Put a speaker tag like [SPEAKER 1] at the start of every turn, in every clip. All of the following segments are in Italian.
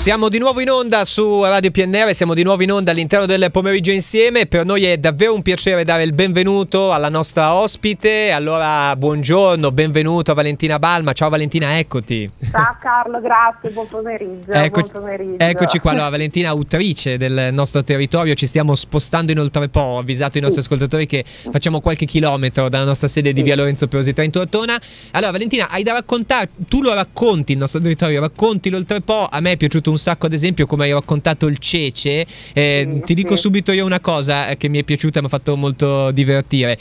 [SPEAKER 1] Siamo di nuovo in onda su Radio PNR, siamo di nuovo in onda all'interno del pomeriggio insieme. Per noi è davvero un piacere dare il benvenuto alla nostra ospite. Allora, buongiorno, benvenuto a Valentina Balma. Ciao Valentina, eccoti.
[SPEAKER 2] Ciao Carlo, grazie, buon pomeriggio. Buon pomeriggio.
[SPEAKER 1] Eccoci qua, allora Valentina, autrice del nostro territorio. Ci stiamo spostando inoltre po', ho avvisato i nostri ascoltatori che facciamo qualche chilometro dalla nostra sede di via Lorenzo Perosi 30 Ortona. Allora Valentina, hai da raccontare, tu lo racconti il nostro territorio, racconti l'oltrepo. A me è piaciuto un sacco, ad esempio, come hai raccontato il cece. Ti dico subito io una cosa che mi è piaciuta e mi ha fatto molto divertire.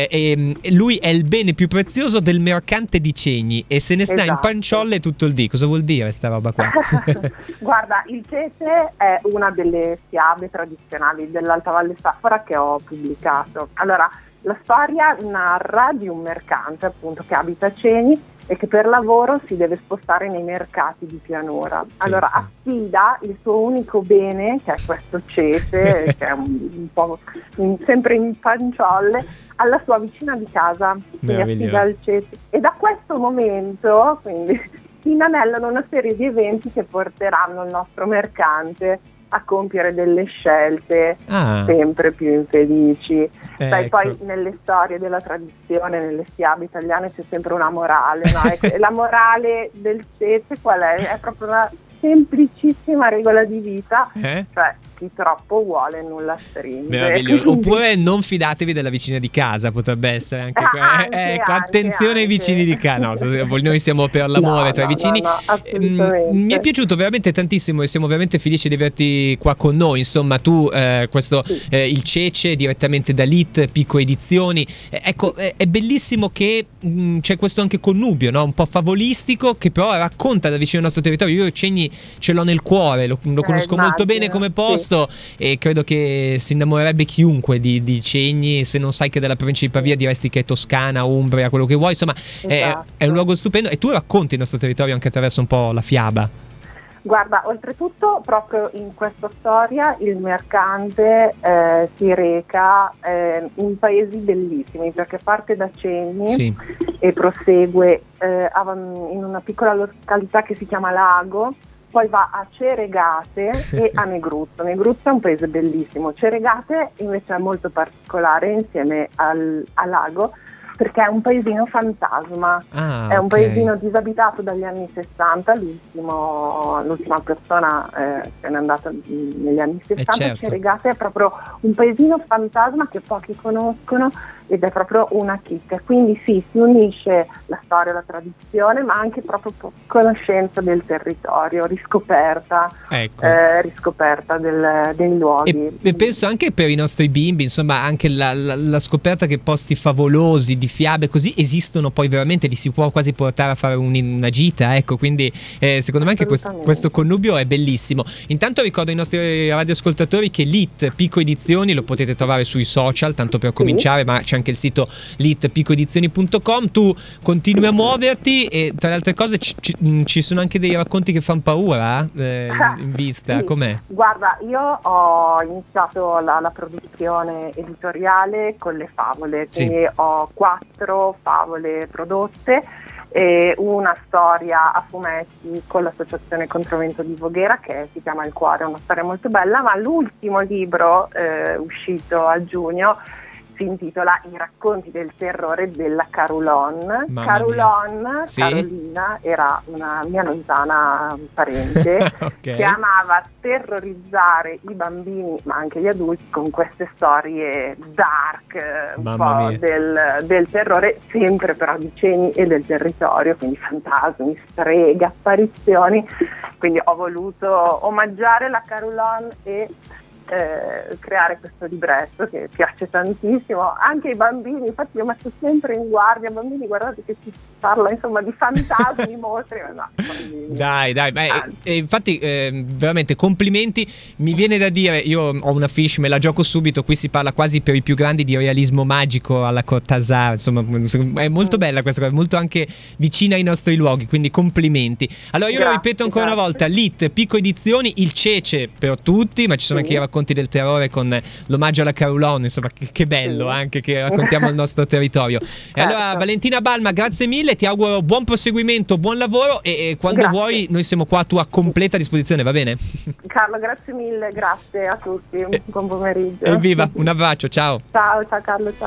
[SPEAKER 1] Lui è il bene più prezioso del mercante di Cegni e se ne sta in panciolle tutto il dì. Cosa vuol dire sta roba qua?
[SPEAKER 2] Guarda, il cece è una delle fiabe tradizionali dell'Alta Valle Staffora che ho pubblicato. Allora, la storia narra di un mercante appunto che abita a Cegni e che per lavoro si deve spostare nei mercati di pianura. Allora affida il suo unico bene, che è questo cece, che è un po' sempre in panciolle, alla sua vicina di casa, quindi affida il cece. E da questo momento, quindi, si inanellano una serie di eventi che porteranno il nostro mercante a compiere delle scelte sempre più infelici. Sai, poi nelle storie della tradizione, nelle fiabe italiane c'è sempre una morale, no? E la morale del cece qual è? È proprio una semplicissima regola di vita, cioè chi troppo vuole nulla stringe.
[SPEAKER 1] Meraviglioso. Oppure non fidatevi della vicina di casa, potrebbe essere anche attenzione ai vicini di casa. No, noi siamo per l'amore tra i vicini. Mi è piaciuto veramente tantissimo e siamo veramente felici di averti qua con noi. Insomma, tu il cece direttamente da Lit Pico Edizioni. Ecco, è bellissimo che c'è questo anche connubio, no? Un po' favolistico, che però racconta da vicino al nostro territorio. Io Cegni ce l'ho nel cuore, lo conosco molto bene come posto. E credo che si innamorerebbe chiunque di Cegni. Se non sai che è della provincia di Pavia diresti che è Toscana, Umbria, quello che vuoi. Insomma, è un luogo stupendo e tu racconti il nostro territorio anche attraverso un po' la fiaba.
[SPEAKER 2] Guarda, oltretutto proprio in questa storia il mercante si reca in paesi bellissimi, perché parte da Cegni e prosegue in una piccola località che si chiama Lago. Poi va a Ceregate e a Negruzzo. Negruzzo è un paese bellissimo. Ceregate invece è molto particolare insieme al Lago, perché è un paesino fantasma, è un paesino disabitato dagli anni 60, l'ultima persona se n'è andata negli anni 60, Ceregate è proprio un paesino fantasma che pochi conoscono ed è proprio una chicca, quindi si unisce la storia, la tradizione, ma anche proprio conoscenza del territorio, riscoperta dei luoghi.
[SPEAKER 1] E penso anche per i nostri bimbi, insomma, anche la scoperta che posti favolosi di fiabe così esistono poi veramente, li si può quasi portare a fare una gita, ecco, quindi secondo me anche questo connubio è bellissimo. Intanto ricordo ai nostri radioascoltatori che Lit Pico Edizioni lo potete trovare sui social, tanto per cominciare, ma c'è anche il sito litpicoedizioni.com. Tu continui a muoverti e tra le altre cose ci sono anche dei racconti che fanno paura in vista, com'è?
[SPEAKER 2] Guarda, io ho iniziato la produzione editoriale con le favole, quindi ho 4 favole prodotte e una storia a fumetti con l'associazione Controvento di Voghera che si chiama Il Cuore, è una storia molto bella, ma l'ultimo libro uscito a giugno si intitola I racconti del terrore della Carulon. Carulon, Carolina, era una mia lontana parente che amava terrorizzare i bambini, ma anche gli adulti, con queste storie dark, un po' del terrore, sempre però di Cegni e del territorio, quindi fantasmi, streghe, apparizioni. Quindi ho voluto omaggiare la Carulon e creare questo libretto che piace tantissimo anche ai bambini. Infatti io metto sempre in guardia bambini, guardate che si parla insomma di fantasmi, mostri,
[SPEAKER 1] dai, infatti veramente complimenti. Mi viene da dire, io ho una fiche, me la gioco subito, qui si parla quasi per i più grandi di realismo magico alla Cortázar, insomma è molto bella questa cosa, molto anche vicina ai nostri luoghi, quindi complimenti. Allora io lo ripeto ancora una volta, Lit Pico Edizioni, il cece per tutti, ma ci sono anche i racconti racconti del terrore con l'omaggio alla Caroulon, insomma che bello anche che raccontiamo il nostro territorio. E allora Valentina Balma, grazie mille, ti auguro buon proseguimento, buon lavoro e quando vuoi noi siamo qua a tua completa disposizione, va bene?
[SPEAKER 2] Carlo, grazie mille, grazie a tutti, buon pomeriggio.
[SPEAKER 1] Evviva, un abbraccio, ciao.
[SPEAKER 2] Ciao Carlo, ciao.